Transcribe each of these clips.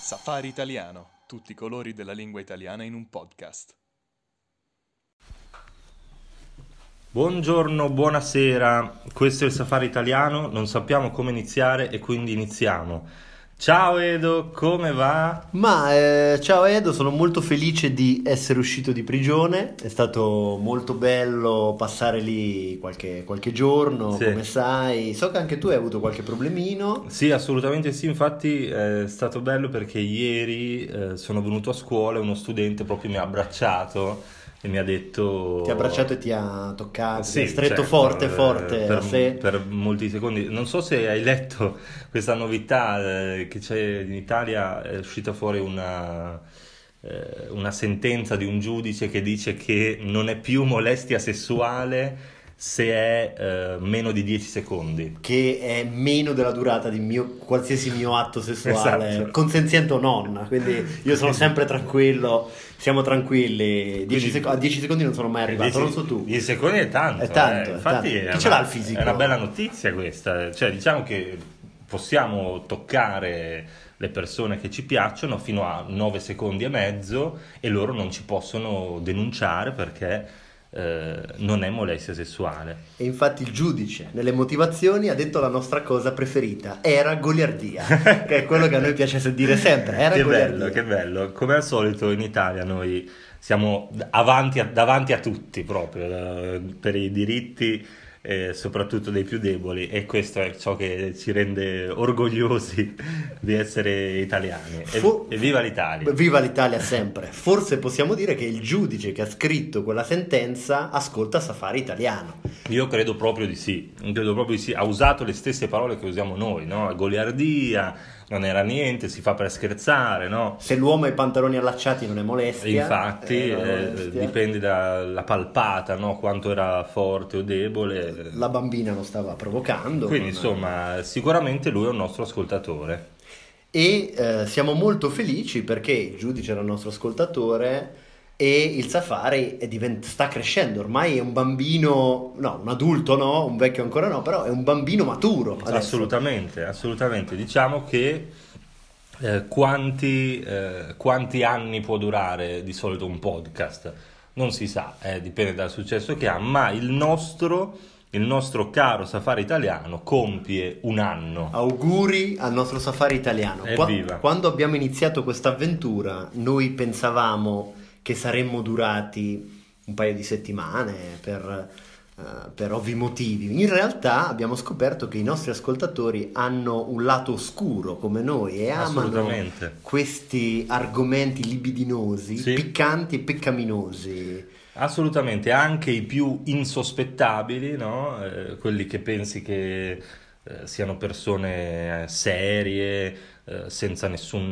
Safari Italiano, tutti i colori della lingua italiana in un podcast. Buongiorno, buonasera, questo è il Safari Italiano, non sappiamo come iniziare e quindi iniziamo. Ciao Edo, come va? Ciao Edo, sono molto felice di essere uscito di prigione, è stato molto bello passare lì qualche giorno, Sì. come sai, so che anche tu hai avuto qualche problemino. Sì, assolutamente sì, infatti è stato bello perché ieri sono venuto a scuola e uno studente proprio mi ha abbracciato e mi ha detto... Ti ha abbracciato e ti ha toccato, ti Sì, ha stretto certo, forte per molti secondi. Non so se hai letto questa novità che c'è in Italia, è uscita fuori una sentenza di un giudice che dice che non è più molestia sessuale se è meno di 10 secondi. Che è meno della durata di qualsiasi mio atto sessuale, Esatto. consenziente o non, quindi io sono sempre tranquillo, siamo tranquilli, a 10 secondi non sono mai arrivato, non so tu. 10 secondi è tanto. È tanto, è Infatti tanto. è Chi ce l'ha il fisico? È una bella notizia questa, cioè diciamo che possiamo toccare le persone che ci piacciono fino a 9 secondi e mezzo e loro non ci possono denunciare perché non è molestia sessuale. E infatti il giudice nelle motivazioni ha detto la nostra cosa preferita, era goliardia, che è quello che a noi piace dire sempre, era Che goliardia. bello, che bello. Come al solito in Italia noi siamo davanti a tutti proprio per i diritti soprattutto dei più deboli, e questo è ciò che ci rende orgogliosi di essere italiani. E viva l'Italia! Viva l'Italia sempre. Forse possiamo dire che il giudice che ha scritto quella sentenza ascolta Safari Italiano. Io credo proprio di sì, ha usato le stesse parole che usiamo noi, no? Goliardia, non era niente, si fa per scherzare, no? Se l'uomo ha i pantaloni allacciati non è molestia. Infatti, non è molestia. dipende dalla palpata, no? Quanto era forte o debole. La bambina lo stava provocando. Quindi, insomma, sicuramente lui è un nostro ascoltatore. E siamo molto felici perché il giudice era il nostro ascoltatore e il Safari sta crescendo, ormai è un bambino, no, un adulto no, un vecchio ancora no, però è un bambino maturo adesso. Assolutamente. Diciamo che quanti anni può durare di solito un podcast? Non si sa, dipende dal successo che ha, ma il nostro caro Safari Italiano compie un anno. Auguri al nostro Safari Italiano. Evviva! Quando abbiamo iniziato questa avventura noi pensavamo che saremmo durati un paio di settimane per ovvi motivi. In realtà abbiamo scoperto che i nostri ascoltatori hanno un lato oscuro come noi e amano questi argomenti libidinosi, sì, piccanti e peccaminosi. Assolutamente, anche i più insospettabili, no? Quelli che pensi che siano persone serie, senza nessun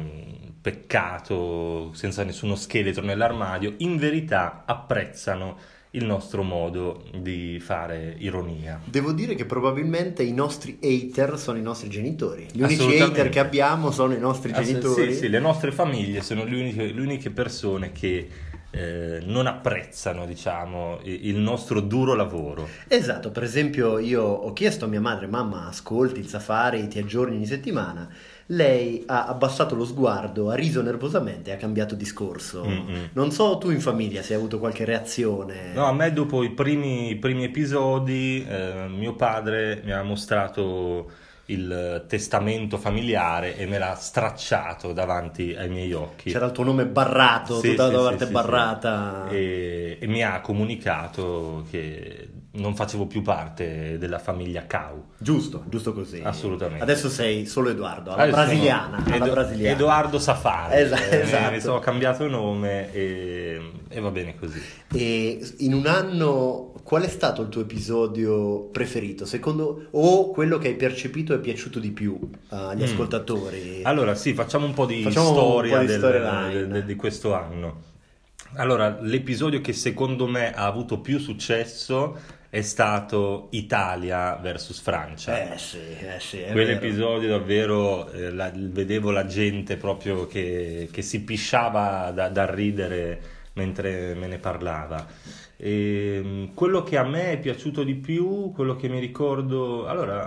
peccato, senza nessuno scheletro nell'armadio, in verità apprezzano il nostro modo di fare ironia. Devo dire che probabilmente i nostri hater sono i nostri genitori. Gli unici hater che abbiamo sono i nostri genitori. Sì, le nostre famiglie sono le uniche persone che non apprezzano, diciamo, il nostro duro lavoro. Esatto, per esempio io ho chiesto a mia madre: mamma, ascolti il Safari, ti aggiorni ogni settimana? Lei ha abbassato lo sguardo, ha riso nervosamente e ha cambiato discorso. Non so tu in famiglia se hai avuto qualche reazione. No, a me dopo i primi episodi mio padre mi ha mostrato il testamento familiare e me l'ha stracciato davanti ai miei occhi. C'era il tuo nome barrato, tutta la parte sì, barrata. E mi ha comunicato che non facevo più parte della famiglia Cau. Giusto così. Assolutamente. Adesso sei solo Edoardo, alla brasiliana. Edoardo Safari. Esatto. Mi sono cambiato nome e va bene così. E in un anno, qual è stato il tuo episodio preferito? Secondo, o quello che hai percepito è piaciuto di più agli ascoltatori? Allora sì, facciamo un po' di storia di questo anno. Allora, l'episodio che secondo me ha avuto più successo è stato Italia versus Francia. Sì, Quell'episodio davvero vedevo la gente proprio che si pisciava da ridere mentre me ne parlava. E quello che a me è piaciuto di più, quello che mi ricordo, allora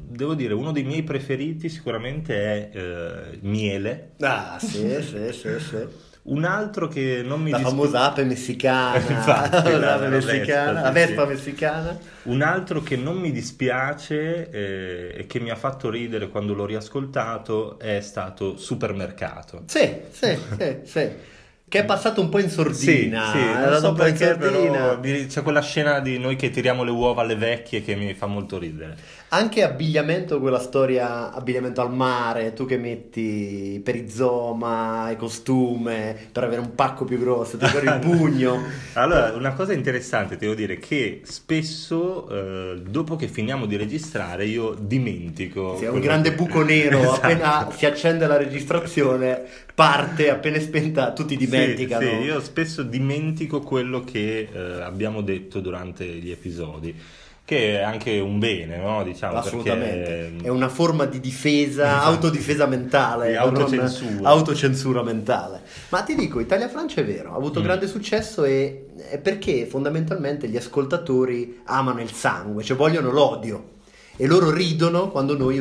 devo dire, uno dei miei preferiti sicuramente è Miele. Ah, sì, sì, sì, sì. Un altro che non mi La famosa ape messicana, Infatti, l'ape messicana, la vespa sì. messicana. Un altro che non mi dispiace e che mi ha fatto ridere quando l'ho riascoltato è stato Supermercato. Sì, sì, sì, sì. Che è passato un po' in sordina. Sì, è non andato so un po' in perché, sordina. però c'è quella scena di noi che tiriamo le uova alle vecchie che mi fa molto ridere. Anche abbigliamento, quella storia, abbigliamento al mare, tu che metti perizoma e costume per avere un pacco più grosso, ti ricordi il pugno. Allora, una cosa interessante, devo dire che spesso dopo che finiamo di registrare io dimentico. Sì, è un quello grande che- buco nero, Esatto. appena si accende la registrazione, parte, appena è spenta, tutti dimenticano. Sì, io spesso dimentico quello che abbiamo detto durante gli episodi, che è anche un bene, no? Diciamo, Assolutamente, perché è una forma di difesa, Esatto. autodifesa mentale, Di ma non autocensura. autocensura mentale. Ma ti dico, Italia-Francia è vero, ha avuto grande successo e è perché fondamentalmente gli ascoltatori amano il sangue, cioè vogliono l'odio. E loro ridono quando noi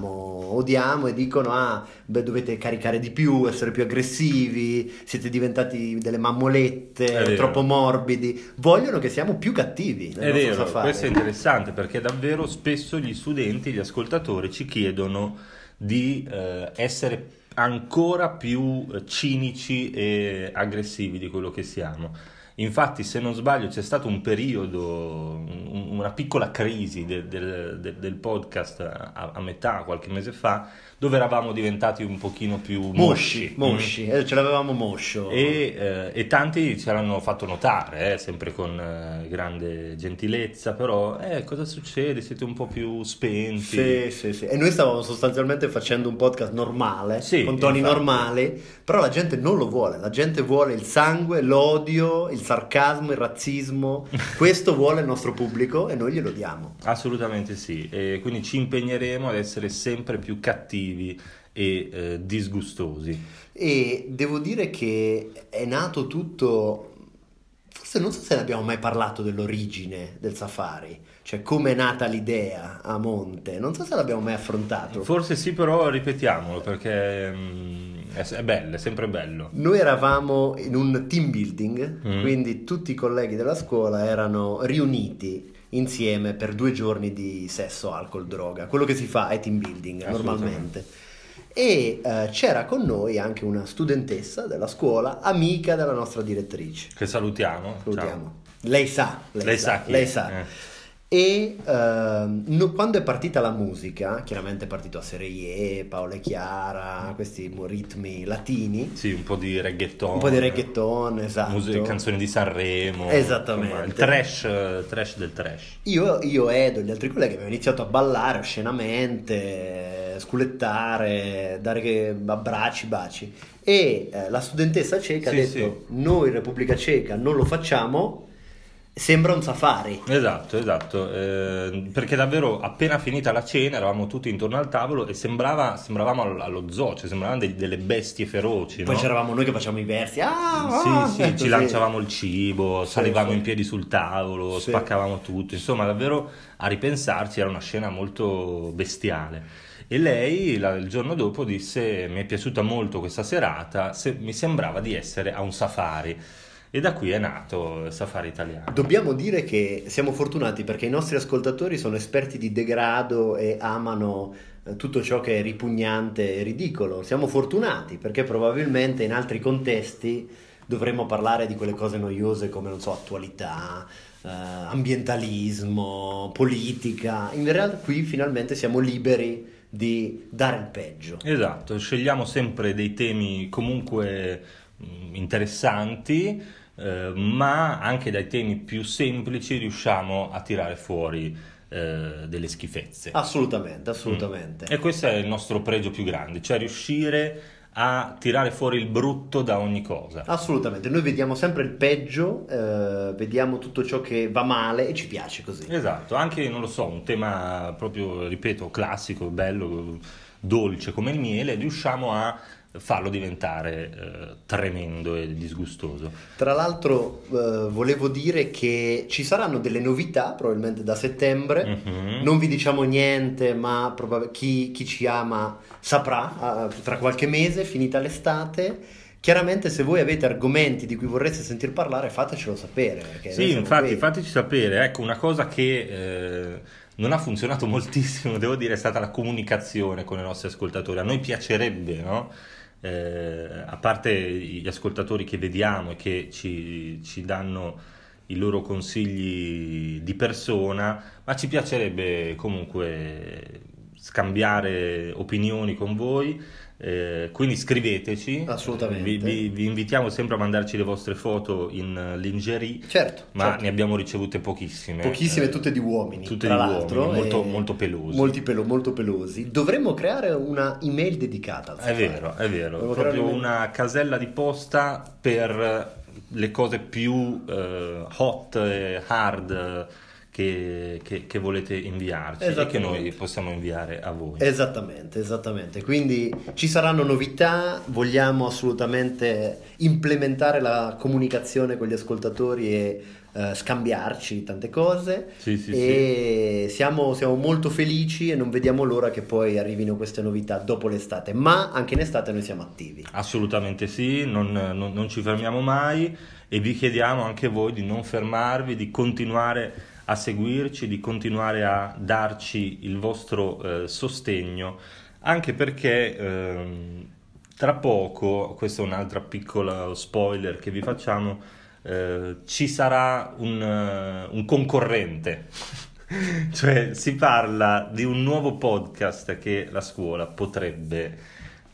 odiamo e dicono dovete caricare di più, essere più aggressivi, siete diventati delle È mammolette, vero. troppo morbidi, vogliono che siamo più cattivi nel È nostro vero, safari. questo è interessante perché davvero spesso gli studenti, gli ascoltatori ci chiedono di essere ancora più cinici e aggressivi di quello che siamo. Infatti, se non sbaglio, c'è stato un periodo, una piccola crisi del podcast a metà, qualche mese fa, dove eravamo diventati un pochino più mosci. Ce l'avevamo moscio. E tanti ce l'hanno fatto notare, sempre con grande gentilezza, però cosa succede? Siete un po' più spenti. Sì. E noi stavamo sostanzialmente facendo un podcast normale, Sì, con toni infatti. normali, però la gente non lo vuole, la gente vuole il sangue, l'odio, il sarcasmo, il razzismo, questo vuole il nostro pubblico e noi glielo diamo. Assolutamente sì, e quindi ci impegneremo ad essere sempre più cattivi e disgustosi. E devo dire che è nato tutto, forse non so se ne abbiamo mai parlato dell'origine del safari, cioè come è nata l'idea a monte, non so se l'abbiamo mai affrontato. Forse sì, però ripetiamolo perché è bello, è sempre bello. Noi eravamo in un team building, quindi tutti i colleghi della scuola erano riuniti insieme per 2 giorni di sesso, alcol, droga, quello che si fa ai team building normalmente. E c'era con noi anche una studentessa della scuola, amica della nostra direttrice. Che salutiamo. Salutiamo. Lei sa Chi lei è. sa. E quando è partita la musica, chiaramente è partito a Serie, Paola e Chiara, questi ritmi latini, Sì, un po' di reggaeton. un po' di reggaeton, esatto. Canzoni di Sanremo. Esattamente. Insomma, il trash del trash. Io e Edo e gli altri colleghi abbiamo iniziato a ballare oscenamente, sculettare, dare abbracci, baci. E la studentessa ceca Sì, ha detto: sì. noi Repubblica Ceca non lo facciamo, sembra un safari. Esatto, perché davvero appena finita la cena eravamo tutti intorno al tavolo e sembravamo allo zoo, cioè sembravamo delle bestie feroci, Poi no? c'eravamo noi che facciamo i versi. Sì, ci così. lanciavamo il cibo, salivamo sì. in piedi sul tavolo, Sì. spaccavamo tutto, insomma davvero a ripensarci era una scena molto bestiale. E lei il giorno dopo disse: mi è piaciuta molto questa serata, mi sembrava di essere a un safari. E da qui è nato il Safari Italiano. Dobbiamo dire che siamo fortunati perché i nostri ascoltatori sono esperti di degrado e amano tutto ciò che è ripugnante e ridicolo. Siamo fortunati perché probabilmente in altri contesti dovremmo parlare di quelle cose noiose come, non so, attualità, ambientalismo, politica. In realtà qui finalmente siamo liberi di dare il peggio. Esatto, scegliamo sempre dei temi comunque interessanti, ma anche dai temi più semplici riusciamo a tirare fuori delle schifezze. Assolutamente. E questo è il nostro pregio più grande, cioè riuscire a tirare fuori il brutto da ogni cosa. Assolutamente, noi vediamo sempre il peggio, vediamo tutto ciò che va male e ci piace così. Esatto, anche, non lo so, un tema proprio, ripeto, classico, bello, dolce come il miele, riusciamo a farlo diventare tremendo e disgustoso. Tra l'altro volevo dire che ci saranno delle novità probabilmente da settembre, non vi diciamo niente, ma chi ci ama saprà tra qualche mese, finita l'estate. Chiaramente se voi avete argomenti di cui vorreste sentir parlare, fatecelo sapere. Sì, infatti, fateci sapere. Ecco, una cosa che non ha funzionato moltissimo, devo dire, è stata la comunicazione con i nostri ascoltatori. A noi piacerebbe, no? A parte gli ascoltatori che vediamo e che ci danno i loro consigli di persona, ma ci piacerebbe comunque scambiare opinioni con voi, quindi scriveteci. Assolutamente. Vi invitiamo sempre a mandarci le vostre foto in lingerie, certo, ma ne abbiamo ricevute pochissime, tutte di uomini, tutte tra di l'altro, uomini, molto pelosi, molto pelosi. Dovremmo creare una email dedicata al È vero, proprio una casella di posta per le cose più hot e hard che volete inviarci e che noi possiamo inviare a voi. Esattamente. Quindi ci saranno novità, vogliamo assolutamente implementare la comunicazione con gli ascoltatori e scambiarci tante cose. Sì. Siamo molto felici e non vediamo l'ora che poi arrivino queste novità dopo l'estate, ma anche in estate noi siamo attivi. Assolutamente sì, non ci fermiamo mai e vi chiediamo anche voi di non fermarvi, di continuare a seguirci, di continuare a darci il vostro sostegno, anche perché tra poco, questo è un altro piccolo spoiler che vi facciamo, ci sarà un concorrente. Cioè si parla di un nuovo podcast che la scuola potrebbe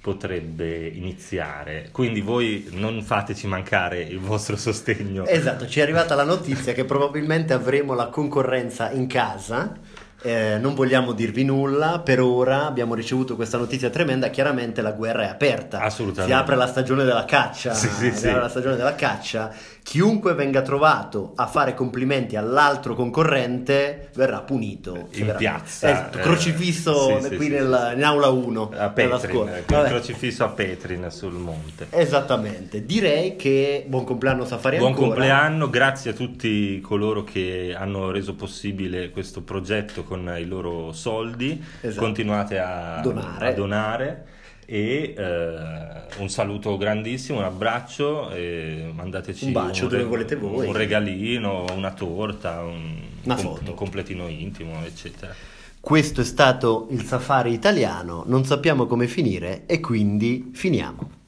iniziare, quindi voi non fateci mancare il vostro sostegno. Esatto, ci è arrivata la notizia che probabilmente avremo la concorrenza in casa. Non vogliamo dirvi nulla per ora, abbiamo ricevuto questa notizia tremenda, chiaramente la guerra è aperta. Assolutamente. Si apre la stagione della caccia. La stagione della caccia. Chiunque venga trovato a fare complimenti all'altro concorrente verrà punito in piazza, crocifisso in aula 1 a Petrin, crocifisso a Petrin sul monte. Esattamente. Direi che buon compleanno Safari buon ancora. Compleanno, grazie a tutti coloro che hanno reso possibile questo progetto con i loro soldi. Esatto. Continuate a donare e un saluto grandissimo, un abbraccio e mandateci un bacio dove volete voi, un regalino, una torta, una foto, un completino intimo, eccetera. Questo è stato il Safari italiano, non sappiamo come finire e quindi finiamo.